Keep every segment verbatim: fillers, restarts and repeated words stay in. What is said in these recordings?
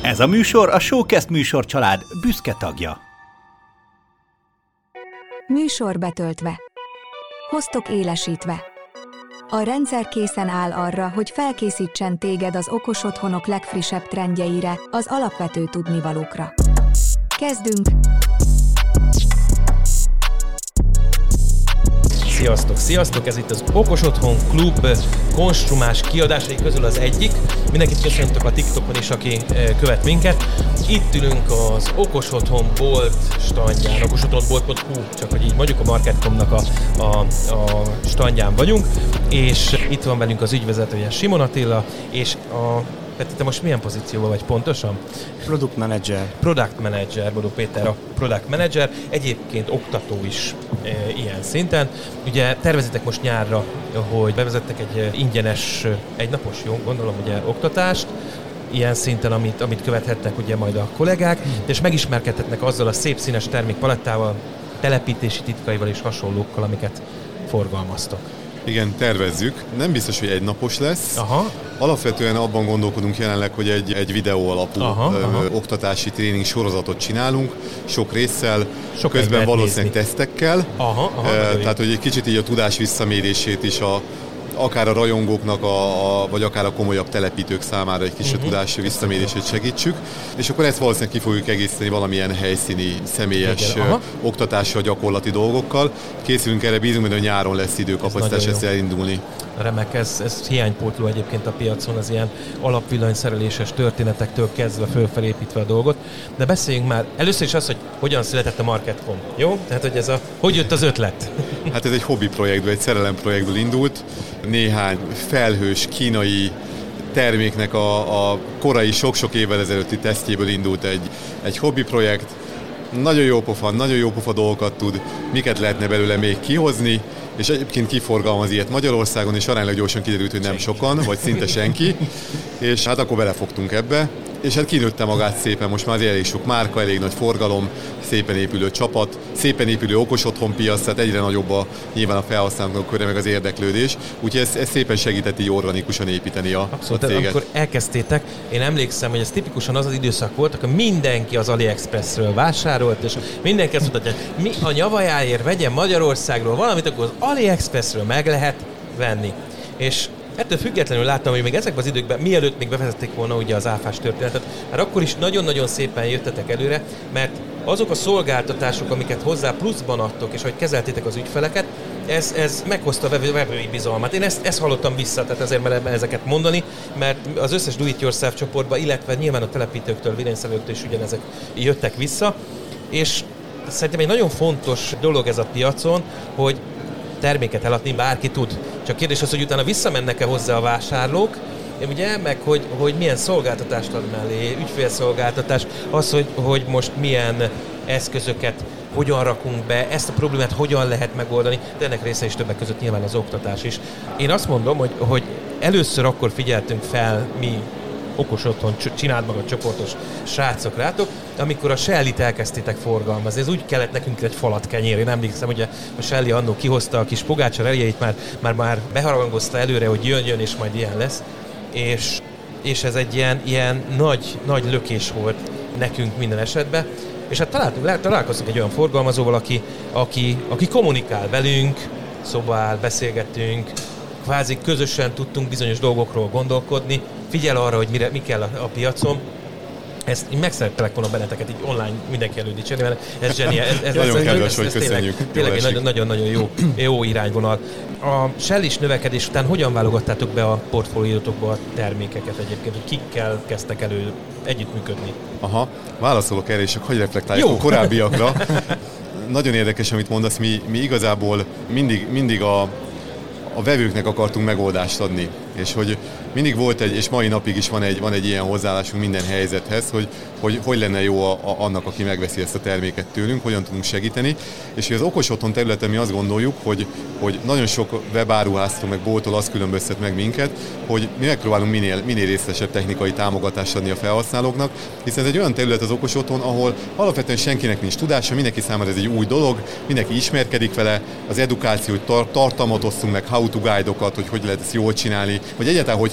Ez a műsor a Showcast műsor család büszke tagja. Műsor betöltve. Hoztok élesítve. A rendszer készen áll arra, hogy felkészítsen téged az okos otthonok legfrissebb trendjeire, az alapvető tudnivalókra. Kezdünk! Sziasztok, sziasztok! Ez itt az Okos Otthon Klub konstrumás kiadásai közül az egyik. Mindenkit köszöntök a TikTokon is, aki követ minket. Itt ülünk az Okos Otthon Bolt standján, okosotthonbolt pont hu, csak hogy így mondjuk a Market pont com-nak a, a, a standján vagyunk. És itt van velünk az ügyvezetője, Simon Attila, és a Peti, te most milyen pozícióban vagy pontosan? Product Manager. Product Manager, Bodó Péter a Product Manager, egyébként oktató is e, ilyen szinten. Ugye tervezitek most nyárra, hogy bevezettek egy ingyenes, egynapos, jó, gondolom, ugye oktatást, ilyen szinten, amit, amit követhetnek ugye majd a kollégák, és megismerkedhetnek azzal a szép színes termékpalettával, telepítési titkaival és hasonlókkal, amiket forgalmaztok. Igen, tervezzük. Nem biztos, hogy egy napos lesz. Aha. Alapvetően abban gondolkodunk jelenleg, hogy egy, egy videó alapú aha, ö, aha. oktatási tréning sorozatot csinálunk, sok résszel, sok közben valószínűleg nézni. Tesztekkel. Aha, aha, e, tehát, hogy egy kicsit így a tudás visszamérését is a akár a rajongóknak, a, a, vagy akár a komolyabb telepítők számára egy kicsit uh-huh. tudás visszamérését segítsük. És akkor ezt valószínűleg ki fogjuk egészíteni valamilyen helyszíni, személyes oktatással, gyakorlati dolgokkal. Készülünk erre, bízunk, hogy nyáron lesz időkapacitás ezt elindulni. Remek, ez, ez hiánypótló egyébként a piacon, az ilyen alapvillanyszereléses történetektől kezdve fölfelépítve a dolgot. De beszéljünk már először is az, hogy hogyan született a Market pont com. Jó? Tehát, hogy ez a, hogy jött az ötlet? Hát ez egy hobbi projektből, egy szerelem projektből indult. Néhány felhős kínai terméknek a, a korai, sok-sok évvel ezelőtti tesztjéből indult egy, egy hobbi projekt. Nagyon jó pofa, nagyon jó pofa dolgokat tud, miket lehetne belőle még kihozni, és egyébként kiforgalmaz ilyet Magyarországon, és aránylag gyorsan kiderült, hogy nem sokan, vagy szinte senki, és hát akkor belefogtunk ebbe, és hát kinőtte magát szépen, most már elég sok márka, elég nagy forgalom, szépen épülő csapat, szépen épülő okos otthon piac, tehát egyre nagyobb a, nyilván a felhasználók köre, meg az érdeklődés, úgyhogy ez, ez szépen segített így organikusan építeni a, abszolút, a céget. Amikor elkezdtétek, én emlékszem, hogy ez tipikusan az az időszak volt, akkor mindenki az AliExpressről vásárolt, és mindenki azt mondta, hogy mi a nyavajáért vegyen Magyarországról valamit, akkor az AliExpressről meg lehet venni. És ettől függetlenül láttam, hogy még ezekben az időkben, mielőtt még bevezették volna ugye az áfás történetet, hát akkor is nagyon-nagyon szépen jöttetek előre, mert azok a szolgáltatások, amiket hozzá pluszban adtok, és hogy kezeltétek az ügyfeleket, ez, ez meghozta a vevői bizalmat. Én ezt, ezt hallottam vissza, tehát ezért merem ezeket mondani, mert az összes do-it-yourself csoportba, illetve nyilván a telepítőktől, villanyszerelőktől is ugyanezek jöttek vissza, és szerintem egy nagyon fontos dolog ez a piacon, hogy terméket eladni bárki tud. Csak kérdés az, hogy utána visszamennek-e hozzá a vásárlók, ugye, meg hogy, hogy milyen szolgáltatást ad mellé, ügyfélszolgáltatás, az, hogy, hogy most milyen eszközöket hogyan rakunk be, ezt a problémát hogyan lehet megoldani, de ennek része is többek között nyilván az oktatás is. Én azt mondom, hogy, hogy először akkor figyeltünk fel mi okos otthon, csináld magad csoportos srácok rátok, amikor a Shelly-t elkezdtétek forgalmazni. Ez úgy kellett nekünk egy falat kenyér. Én emlékszem, hogy a Shelly annó kihozta a kis pogácsa reljeit, már, már, már beharangozta előre, hogy jön, jön, és majd ilyen lesz. És, és ez egy ilyen, ilyen nagy, nagy lökés volt nekünk minden esetben. És hát találtunk, találkoztunk egy olyan forgalmazóval, aki, aki, aki kommunikál velünk, szobál, beszélgettünk, kvázi közösen tudtunk bizonyos dolgokról gondolkodni, figyel arra, hogy mire, mi kell a, a piacon. Ezt így meg szerettelek volna benneteket így online mindenki előtt dicsérni, mert ez zseniál. Ez, ez, nagyon ez, kedves, ez, hogy ez köszönjük. Tényleg, tényleg egy nagyon-nagyon jó, jó irányvonal. A Shelly-s növekedés után hogyan válogattátok be a portfóliótokba a termékeket egyébként, hogy kikkel kezdtek elő együttműködni? Aha, válaszolok erre, és hogy reflektáljuk a korábbiakra. Nagyon érdekes, amit mondasz, mi, mi igazából mindig, mindig a a vevőknek akartunk megoldást adni, és hogy mindig volt egy, és mai napig is van egy, van egy ilyen hozzáállásunk minden helyzethez, hogy hogy, hogy lenne jó a, a, annak, aki megveszi ezt a terméket tőlünk, hogyan tudunk segíteni, és hogy az okos otthon területen mi azt gondoljuk, hogy, hogy nagyon sok webáruháztól meg bolttól azt különböztet meg minket, hogy mi megpróbálunk minél, minél részletesebb technikai támogatást adni a felhasználóknak, hiszen ez egy olyan terület az okos otthon, ahol alapvetően senkinek nincs tudása, mindenki számára ez egy új dolog, mindenki ismerkedik vele, az edukáció, hogy tar- tartalmat osztunk meg, how-to guide-okat, hogy hogy lehet ezt jól csinálni, hogy egyáltalán hogy kell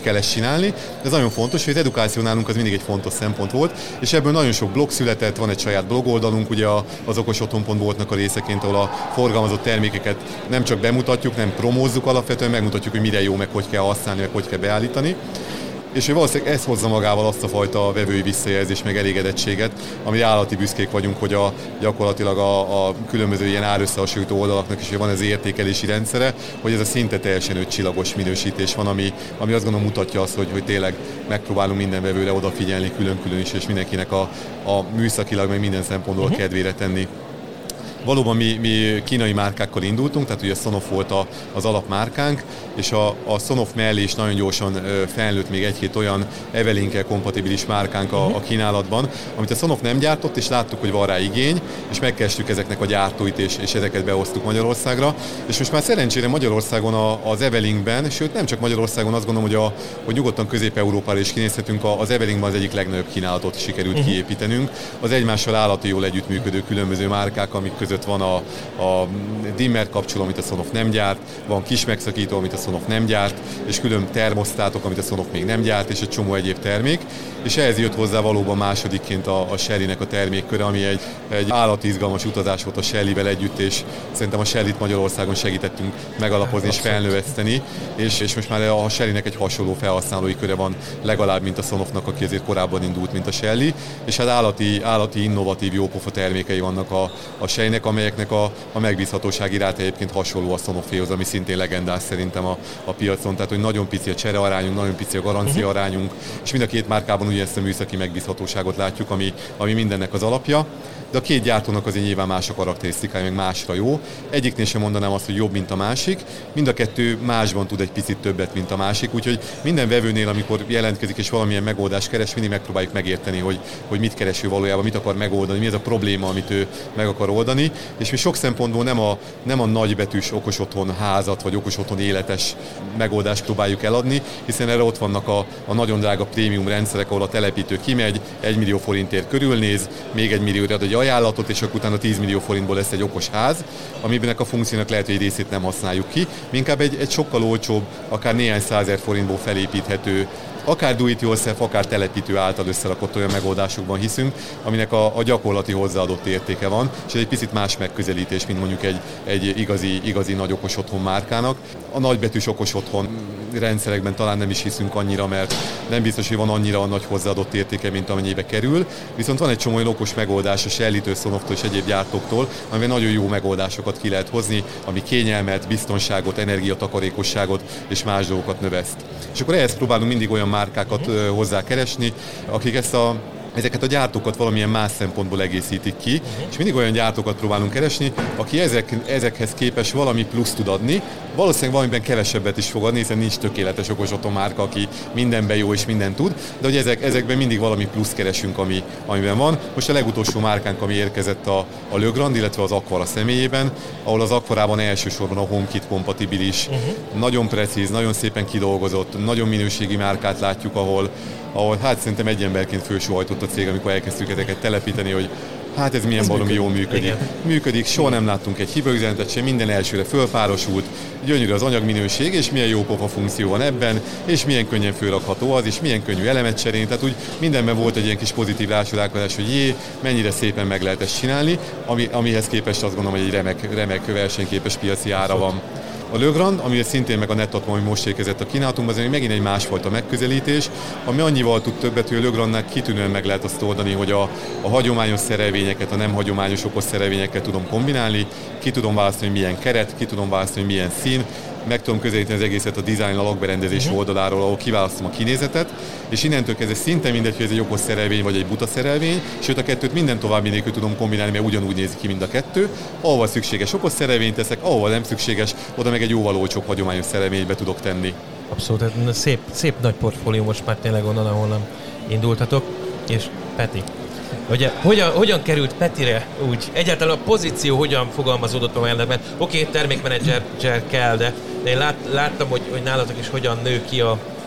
kell ezt csinálni. Ez nagyon fontos, hogy az edukáció nálunk az mindig egy fontos szempont volt, és ebből nagyon sok blog született, van egy saját blogoldalunk, ugye az okosotthon pont boltnak a részeként, ahol a forgalmazott termékeket nem csak bemutatjuk, nem promózzuk alapvetően, megmutatjuk, hogy mire jó, meg hogy kell használni, meg hogy kell beállítani. És hogy valószínűleg ez hozza magával azt a fajta vevői visszajelzést, meg elégedettséget, ami állati büszkék vagyunk, hogy a, gyakorlatilag a, a különböző ilyen árösszehasonlító oldalaknak is van ez értékelési rendszere, hogy ez a szinte teljesen ötcsillagos minősítés van, ami, ami azt gondolom mutatja azt, hogy, hogy tényleg megpróbálunk minden vevőre odafigyelni külön-külön is, és mindenkinek a, a műszakilag, meg minden szempontból uh-huh. kedvére tenni. Valóban mi, mi kínai márkákkal indultunk, tehát ugye a Sonoff volt a, az alapmárkánk, és a, a Sonoff mellé is nagyon gyorsan felnőtt még egy-két olyan Evelinkel kompatibilis márkánk a, a kínálatban, amit a Sonoff nem gyártott, és láttuk, hogy van rá igény, és megkerestük ezeknek a gyártóit, és, és ezeket behoztuk Magyarországra. És most már szerencsére Magyarországon a, az Evelinkben, sőt nem csak Magyarországon, azt gondolom, hogy, a, hogy nyugodtan Közép-Európára is kinézhetünk, az Evelinkben az egyik legnagyobb kínálatot sikerült uh-huh. kiépítenünk. Az egymással állati jól együttműködő különböző márkák, amik között van a, a dimmer kapcsoló, amit a Sonoff nem gyárt, van kis megszakító, amit a Sonoff nem gyárt, és külön termosztátok, amit a Sonoff még nem gyárt, és egy csomó egyéb termék. És ehhez jött hozzá valóban másodikként a, a Shellynek a termékköre, ami egy, egy állati izgalmas utazás volt a Shellyvel együtt, és szerintem a Shellyt Magyarországon segítettünk megalapozni és felnöveszteni, és, és most már a Shellynek egy hasonló felhasználói köre van legalább, mint a Sonoffnak, aki azért korábban indult, mint a Shelly, és hát állati, állati innovatív, jópofa termékei vannak a, a Shellynek, amelyeknek a, a megbízhatóság iránt egyébként hasonló a Sonofféhoz, ami szintén legendás szerintem a, a piacon, tehát hogy nagyon pici a cserearányunk, nagyon pici a garancia arányunk, és mind a két márkában ugye ezt a műszaki megbízhatóságot látjuk, ami, ami mindennek az alapja. De a két gyártónak azért nyilván más a karakterisztikája, meg másra jó. Egyiknél sem mondanám azt, hogy jobb, mint a másik. Mind a kettő másban tud egy picit többet, mint a másik. Úgyhogy minden vevőnél, amikor jelentkezik és valamilyen megoldást keres, mindig megpróbáljuk megérteni, hogy, hogy mit keres ő valójában, mit akar megoldani, mi ez a probléma, amit ő meg akar oldani. És mi sok szempontból nem a, nem a nagybetűs okosotthon házat, vagy okosotthon életes megoldást próbáljuk eladni, hiszen erre ott vannak a, a nagyon drága prémium rendszerek, ahol a telepítő kimegy, egy millió forintért körülnéz, még egy millióra ad egy ajánlatot, és akkor utána tíz millió forintból lesz egy okos ház, amiben a funkciónak lehet, hogy egy részét nem használjuk ki. Mi inkább egy, egy sokkal olcsóbb, akár néhány százezer forintból felépíthető, akár do it yourself, akár telepítő által összerakott olyan megoldásokban hiszünk, aminek a, a gyakorlati hozzáadott értéke van, és ez egy picit más megközelítés, mint mondjuk egy, egy igazi, igazi nagy okos otthon márkának. A nagybetűs okos otthon rendszerekben talán nem is hiszünk annyira, mert nem biztos, hogy van annyira nagy hozzáadott értéke, mint amennyibe kerül. Viszont van egy csomó olyan okos megoldás a Shellytől, Sonofftól és egyéb gyártóktól, amiben nagyon jó megoldásokat ki lehet hozni, ami kényelmet, biztonságot, energiatakarékosságot és más dolgokat növeszt. És akkor ehhez próbálunk mindig olyan márkákat uh, hozzá keresni, akik ezt a ezeket a gyártókat valamilyen más szempontból egészítik ki, uh-huh. és mindig olyan gyártókat próbálunk keresni, aki ezek, ezekhez képes valami plusz tud adni, valószínűleg valamiben kevesebbet is fog adni, hiszen nincs tökéletes okos otthon márka, aki mindenben jó és mindent tud, de hogy ezek, ezekben mindig valami plusz keresünk, ami, amiben van. Most a legutolsó márkánk, ami érkezett a, a Le Grand, illetve az Aquara személyében, ahol az Aquarában elsősorban a HomeKit kompatibilis, uh-huh. nagyon precíz, nagyon szépen kidolgozott, nagyon minőségi márkát látjuk, ahol ahol hát szerintem egy emberként fölsóhajtott a cég, amikor elkezdtük ezeket telepíteni, hogy hát ez milyen baromi jól működik. Igen. Működik, soha nem láttunk egy hibaüzenetet sem, minden elsőre fölpárosult, gyönyörű az anyagminőség, és milyen jó pofa funkció van ebben, és milyen könnyen fölrakható az, és milyen könnyű elemet cserélni. Tehát úgy mindenben volt egy ilyen kis pozitív rácsodálkozás, hogy jé, mennyire szépen meg lehet ezt csinálni, ami, amihez képest azt gondolom, hogy egy remek, remek versenyképes piaci ára van. A Le Grand, ami szintén meg a Netatmo, ami most érkezett a kínálatunkban, az megint egy másfajta megközelítés, ami annyival tud többet, hogy a Le Grandnál kitűnően meg lehet azt oldani, hogy a, a hagyományos szerelvényeket, a nem hagyományos okos szerelvényeket tudom kombinálni, ki tudom választani, hogy milyen keret, ki tudom választani, hogy milyen szín, meg tudom közelíteni az egészet a design, a lakberendezés uh-huh. oldaláról, ahol kiválasztom a kinézetet, és innentől kezdve szinte mindegy, hogy ez egy okos szerelvény vagy egy buta szerelvény, sőt a kettőt minden további nélkül tudom kombinálni, mert ugyanúgy néz ki, mind a kettő. Ahova szükséges okos szerelvényt teszek, ahova nem szükséges, oda meg egy jóval olcsóbb hagyományos szerelvénybe tudok tenni. Abszolút, szép, szép nagy portfólió most már tényleg onnan, ahonnan indultatok, és Peti. Ugye, hogyan, hogyan került Petire úgy? Egyáltalán a pozíció hogyan fogalmazódott a mellett? Oké, okay, termékmenedzser kell, de én lát, láttam, hogy, hogy nálatok is hogyan nő ki a,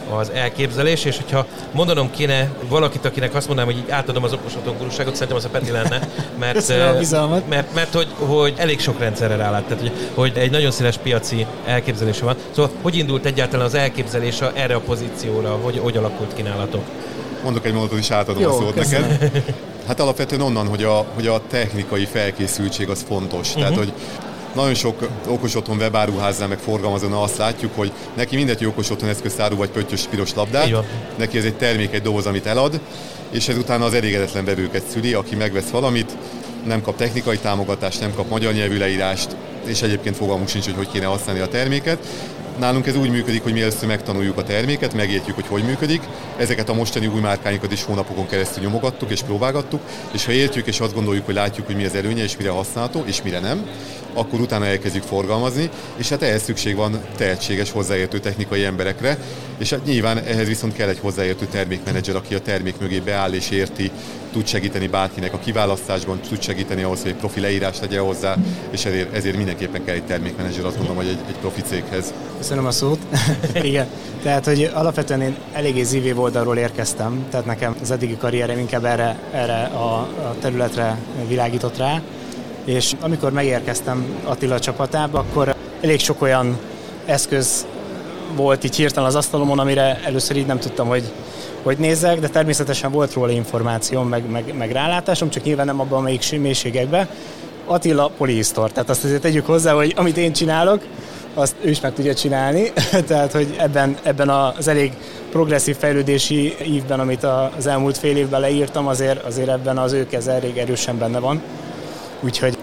az elképzelés, és hogyha mondanom kéne valakit, akinek azt mondanám, hogy így átadom az okos otthon gurúságot, szerintem az a Peti lenne, mert, mert, mert, mert hogy, hogy elég sok rendszerre rálát, tehát hogy, hogy egy nagyon széles piaci elképzelése van. Szóval hogy indult egyáltalán az elképzelés erre a pozícióra, hogy hogy alakult kínálatok? Mondok egy mondatot, és átadom Jó, a szót köszönöm. neked. Hát alapvetően onnan, hogy a, hogy a technikai felkészültség az fontos. Uh-huh. Tehát, hogy nagyon sok okos otthon webáruháznál meg forgalmazónál azt látjuk, hogy neki mindegy, hogy okos otthon eszközt árul, vagy pöttyös piros labdát, neki ez egy termék, egy doboz, amit elad, és ezután az elégedetlen vevőket szüli, aki megvesz valamit, nem kap technikai támogatást, nem kap magyar nyelvű leírást, és egyébként fogalmunk sincs, hogy hogy kéne használni a terméket. Nálunk ez úgy működik, hogy mi először megtanuljuk a terméket, megértjük, hogy hogy működik. Ezeket a mostani új márkányokat is hónapokon keresztül nyomogattuk és próbálgattuk, és ha értjük és azt gondoljuk, hogy látjuk, hogy mi az előnye és mire használható, és mire nem, akkor utána elkezdjük forgalmazni, és hát ehhez szükség van tehetséges, hozzáértő technikai emberekre, és hát nyilván ehhez viszont kell egy hozzáértő termékmenedzser, aki a termék mögé beáll és érti, tud segíteni bárkinek a kiválasztásban, tud segíteni ahhoz, hogy egy profi leírás legyen hozzá, és ezért, ezért mindenképpen kell egy termékmenedzser, azt gondolom, hogy egy, egy profi céghez. Köszönöm a szót. Igen. Tehát, hogy alapvetően én eléggé zé vé oldalról érkeztem, tehát nekem az eddigi karrierem inkább erre, erre a, a területre világított rá, és amikor megérkeztem Attila csapatába, akkor elég sok olyan eszköz volt így hirtelen az asztalomon, amire először így nem tudtam, hogy hogy nézzek, de természetesen volt róla információm, meg, meg, meg rálátásom, csak nyilván nem abban a melyik mélységekben. Attila polihisztor, tehát azt azért tegyük hozzá, hogy amit én csinálok, azt ő is meg tudja csinálni, tehát hogy ebben, ebben az elég progresszív fejlődési ívben, amit az elmúlt fél évben leírtam, azért, azért ebben az ő keze elég erősen benne van. Úgyhogy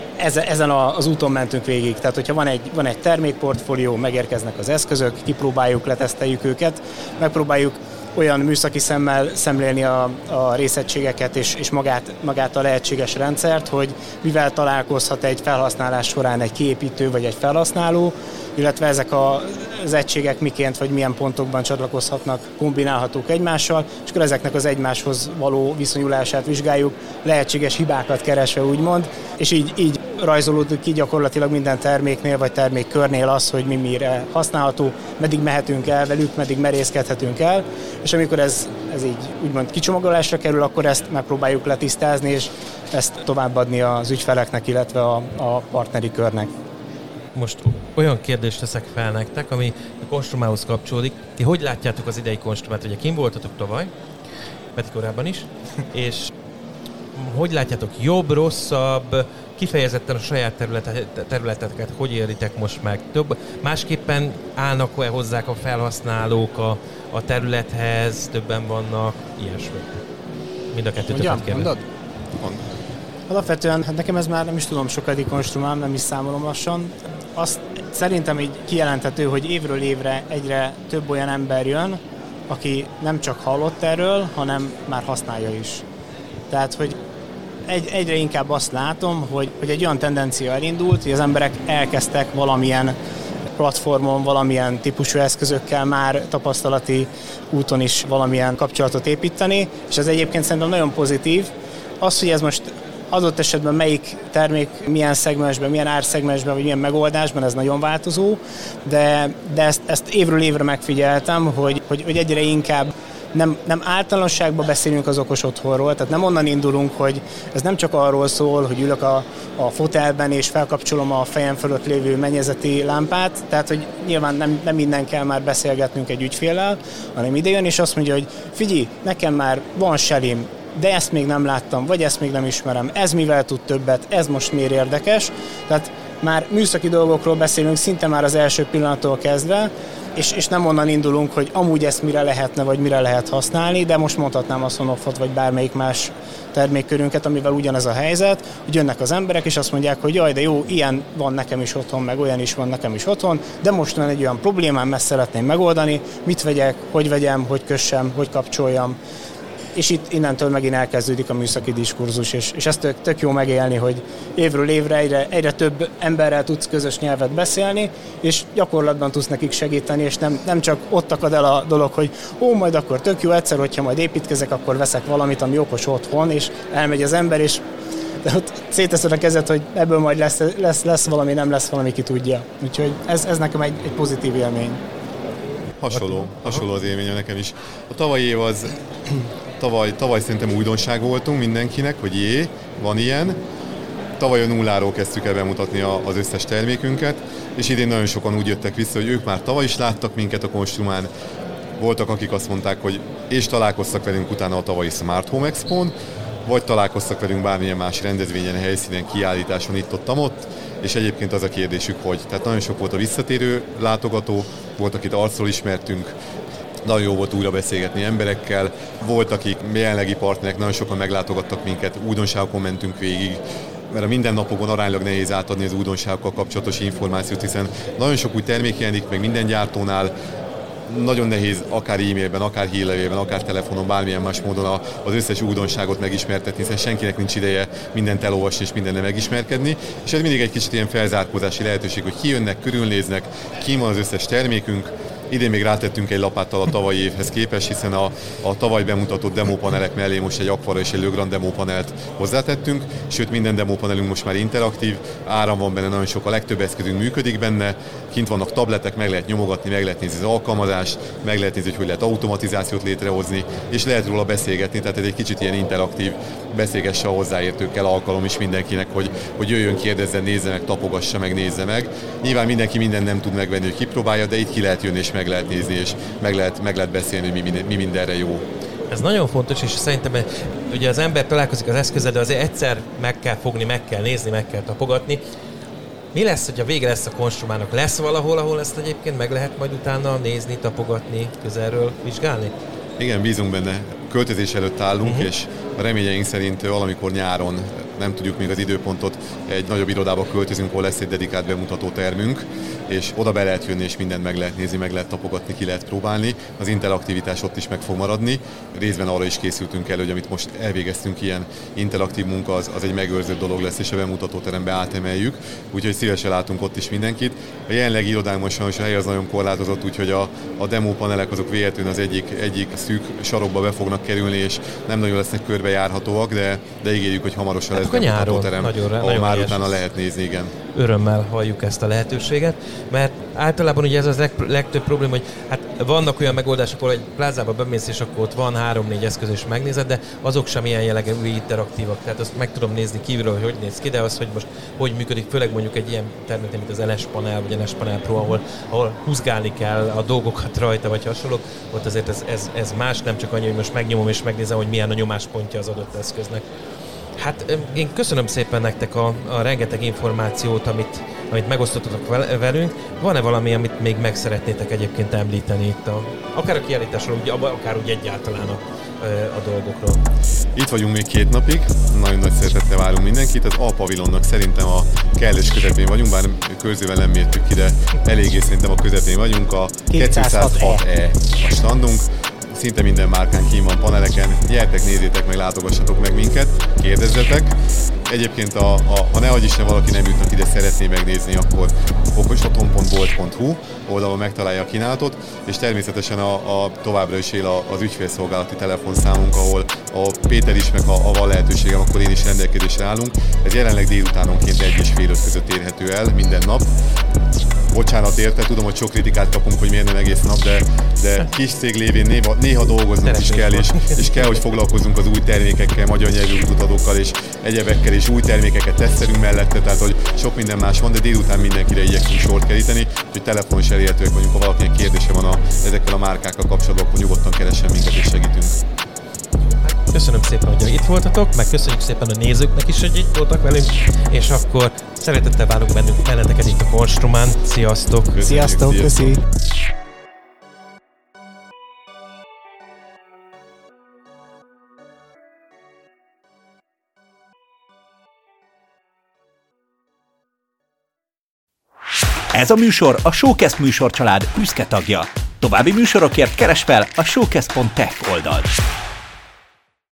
ezen az úton mentünk végig, tehát hogyha van egy, van egy termékportfólió, megérkeznek az eszközök, kipróbáljuk, leteszteljük őket, megpróbáljuk olyan műszaki szemmel szemlélni a, a részegységeket és, és magát, magát a lehetséges rendszert, hogy mivel találkozhat egy felhasználás során egy kiépítő vagy egy felhasználó, illetve ezek a, az egységek miként vagy milyen pontokban csatlakozhatnak, kombinálhatók egymással, és akkor ezeknek az egymáshoz való viszonyulását vizsgáljuk, lehetséges hibákat keresve úgymond, és így, így rajzolódik ki gyakorlatilag minden terméknél vagy termékkörnél az, hogy mi mire használható, meddig mehetünk el velük, meddig merészkedhetünk el, és amikor ez, ez így úgymond kicsomagolásra kerül, akkor ezt megpróbáljuk letisztázni, és ezt továbbadni az ügyfeleknek, illetve a, a partneri körnek. Most olyan kérdést teszek fel nektek, ami a Konstrumához kapcsolódik. Ti hogy látjátok az idei Konstrumát? Ugye kim voltatok tavaly, Peti korábban is, és hogy látjátok jobb, rosszabb, kifejezetten a saját területeket hogy éritek most meg? Több, másképpen állnak hozzák a felhasználók a, a területhez, többen vannak, ilyesmi. Mind a kettőtöket kérdezik. Alapvetően, hát nekem ez már nem is tudom sokadik konstrumám, nem is számolom lassan. Azt szerintem így kijelenthető, hogy évről évre egyre több olyan ember jön, aki nem csak hallott erről, hanem már használja is. Tehát, hogy egy, egyre inkább azt látom, hogy, hogy egy olyan tendencia elindult, hogy az emberek elkezdtek valamilyen platformon, valamilyen típusú eszközökkel már tapasztalati úton is valamilyen kapcsolatot építeni, és ez egyébként szerintem nagyon pozitív. Az, hogy ez most adott esetben melyik termék milyen szegmensben, milyen árszegmensben, vagy milyen megoldásban, ez nagyon változó, de, de ezt, ezt évről évre megfigyeltem, hogy, hogy, hogy egyre inkább nem, nem általánosságban beszélünk az okos otthonról, tehát nem onnan indulunk, hogy ez nem csak arról szól, hogy ülök a, a fotelben és felkapcsolom a fejem fölött lévő mennyezeti lámpát, tehát hogy nyilván nem, nem innen kell már beszélgetnünk egy ügyféllel, hanem ide jön és azt mondja, hogy figyelj, nekem már van Shelim, de ezt még nem láttam, vagy ezt még nem ismerem, ez mivel tud többet, ez most miért érdekes. Tehát már műszaki dolgokról beszélünk szinte már az első pillanattól kezdve, és, és nem onnan indulunk, hogy amúgy ezt mire lehetne, vagy mire lehet használni, de most mondhatnám a Sonofot, vagy bármelyik más termékkörünket, amivel ugyanez a helyzet, hogy jönnek az emberek, és azt mondják, hogy jaj, de jó, ilyen van nekem is otthon, meg olyan is van nekem is otthon, de most van egy olyan problémám, ezt szeretném megoldani, mit vegyek, hogy vegyem, hogy kössem, hogy kapcsoljam. És itt innentől megint elkezdődik a műszaki diskurzus, és, és ezt tök, tök jó megélni, hogy évről évre egyre, egyre több emberrel tudsz közös nyelvet beszélni, és gyakorlatban tudsz nekik segíteni, és nem, nem csak ott akad el a dolog, hogy ó, majd akkor tök jó, egyszer, hogyha majd építkezek, akkor veszek valamit, ami okos otthon, és elmegy az ember, és de ott széteszed a kezed, hogy ebből majd lesz, lesz, lesz valami, nem lesz valami, ki tudja. Úgyhogy ez, ez nekem egy, egy pozitív élmény. Hasonló, hasonló az élményem nekem is. A tavalyi év az, tavaly, tavaly szerintem újdonság voltunk mindenkinek, hogy jé, van ilyen. Tavaly a nulláról kezdtük el bemutatni az összes termékünket, és idén nagyon sokan úgy jöttek vissza, hogy ők már tavaly is láttak minket a Construmán. Voltak, akik azt mondták, hogy és találkoztak velünk utána a tavalyi Smart Home Expón, vagy találkoztak velünk bármilyen más rendezvényen, helyszínen, kiállításon, itt-ott-ott, és egyébként az a kérdésük, hogy tehát nagyon sok volt a visszatérő látogató, volt, akit arcról ismertünk, nagyon jó volt újra beszélgetni emberekkel, volt, akik jelenlegi partnerek, nagyon sokan meglátogattak minket, újdonságokon mentünk végig, mert a mindennapokon aránylag nehéz átadni az újdonságokkal kapcsolatos információt, hiszen nagyon sok új termék jelenik meg minden gyártónál, nagyon nehéz akár e-mailben, akár hírlevélben, akár telefonon, bármilyen más módon az összes újdonságot megismertetni, hiszen senkinek nincs ideje mindent elolvasni és mindennel megismerkedni, és ez mindig egy kicsit ilyen felzárkózási lehetőség, hogy kijönnek, körülnéznek, kín van az összes termékünk. Idén még rátettünk egy lapáttal a tavalyi évhez képest, hiszen a, a tavaly bemutatott demopanelek mellé most egy Aquara és egy Le Grand demopanelt hozzátettünk, sőt minden demopanelünk most már interaktív, áram van benne, nagyon sok, a legtöbb eszközünk működik benne, kint vannak tabletek, meg lehet nyomogatni, meg lehet nézni az alkalmazást, meg lehet nézni, hogy hogy lehet automatizációt létrehozni, és lehet róla beszélgetni, tehát ez egy kicsit ilyen interaktív, beszélgesse a hozzáértőkkel alkalom is mindenkinek, hogy, hogy jöjjön, kérdezzen, nézze meg, tapogassa meg, nézze meg. Nyilván mindenki mindent nem tud megvenni, hogy kipróbálja, de itt ki lehet jönni és meg lehet nézni, és meg lehet, meg lehet beszélni, hogy mi, mi mindenre jó. Ez nagyon fontos, és szerintem ugye az ember találkozik az eszközzel, de azért egyszer meg kell fogni, meg kell nézni, meg kell tapogatni. Mi lesz, hogyha vége lesz a Construmának? Lesz valahol, ahol ezt egyébként meg lehet majd utána nézni, tapogatni, közelről vizsgálni? Igen, bízunk benne. Költözés előtt állunk, uh-huh. és a reményeink szerint valamikor nyáron, nem tudjuk még az időpontot, egy nagyobb irodába költözünk, ahol lesz egy dedikált bemutató termünk, és oda be lehet jönni, és mindent meg lehet nézni, meg lehet tapogatni, ki lehet próbálni. Az interaktivitás ott is meg fog maradni. Részben arra is készültünk elő, hogy amit most elvégeztünk, ilyen interaktív munka, az, az egy megőrzött dolog lesz, és a bemutatóterembe átemeljük. Úgyhogy szívesen látunk ott is mindenkit. A jelenlegi irodánkban sajnos a hely az nagyon korlátozott, úgyhogy a, a demópanelek azok véletlenül az egyik, egyik szűk sarokba be fognak kerülni, és nem nagyon lesznek körbejárhatóak, de, de ígérjük, hogy hamarosan hát lesz bemutatóterem, ahol már utána lehet nézni, igen. Örömmel halljuk ezt a lehetőséget, mert általában ugye ez az leg, legtöbb probléma, hogy hát vannak olyan megoldások, ahol egy plázába bemész, és akkor ott van három-négy eszköz, és megnézed, de azok sem ilyen jellegű interaktívak, tehát azt meg tudom nézni kívülről, hogy hogy néz ki, de az, hogy most hogy működik, főleg mondjuk egy ilyen termék, mint az el es panel, vagy en es panel Pro, ahol, ahol húzgálni kell a dolgokat rajta, vagy hasonlók, ott azért ez, ez, ez más, nem csak annyi, hogy most megnyomom és megnézem, hogy milyen a nyomáspontja az adott eszköznek. Hát én köszönöm szépen nektek a, a rengeteg információt, amit, amit megosztottatok velünk. Van-e valami, amit még meg szeretnétek egyébként említeni itt, a, akár a kiállításról, akár úgy egyáltalán a, a dolgokról? Itt vagyunk még két napig, nagyon nagy szeretettel várunk mindenkit. Az A pavilonnak szerintem a kellős közepén vagyunk, bár körzővel nem mértük ki, de eléggé szerintem a közepén vagyunk. A kétszázhat E a standunk. Szinte minden márkán kín van paneleken, gyertek, nézzétek meg, látogassatok meg minket, kérdezzetek. Egyébként, a, a, ha ne adj Isten valaki nem jutnak ide, szeretné megnézni, akkor okosotthon pont bolt pont hu oldalon megtalálja a kínálatot, és természetesen a, a továbbra is él a, az ügyfélszolgálati telefonszámunk, ahol a Péter is, meg ha, ha van lehetőségem, akkor én is rendelkezésre állunk. Ez jelenleg délutánonként egy és fél öt között érhető el minden nap. Bocsánat érte, tudom, hogy sok kritikát kapunk, hogy miért nem egész nap, de, de kis cég lévén néha, néha dolgoznunk is kell, és, és kell, hogy foglalkozzunk az új termékekkel, magyar nyelvű mutatókkal és egyebekkel, és új termékeket tesztelünk mellette, tehát hogy sok minden más van, de délután mindenkire igyekszünk sort keríteni, úgyhogy telefon is elérhetőek vagyunk, ha valakinek kérdése van a, ezekkel a márkákkal kapcsolatban, akkor nyugodtan keressen minket és segítünk. Köszönöm szépen, hogy itt voltatok, meg köszönjük szépen a nézőknek is, hogy itt voltak velünk, és akkor szeretettel várunk bennünk benneteket itt a Construmán. Sziasztok! Köszönjük, sziasztok, köszi! Ez a műsor a Showcast műsorcsalád büszke tagja. További műsorokért keresd fel a showcast pont tech oldalt.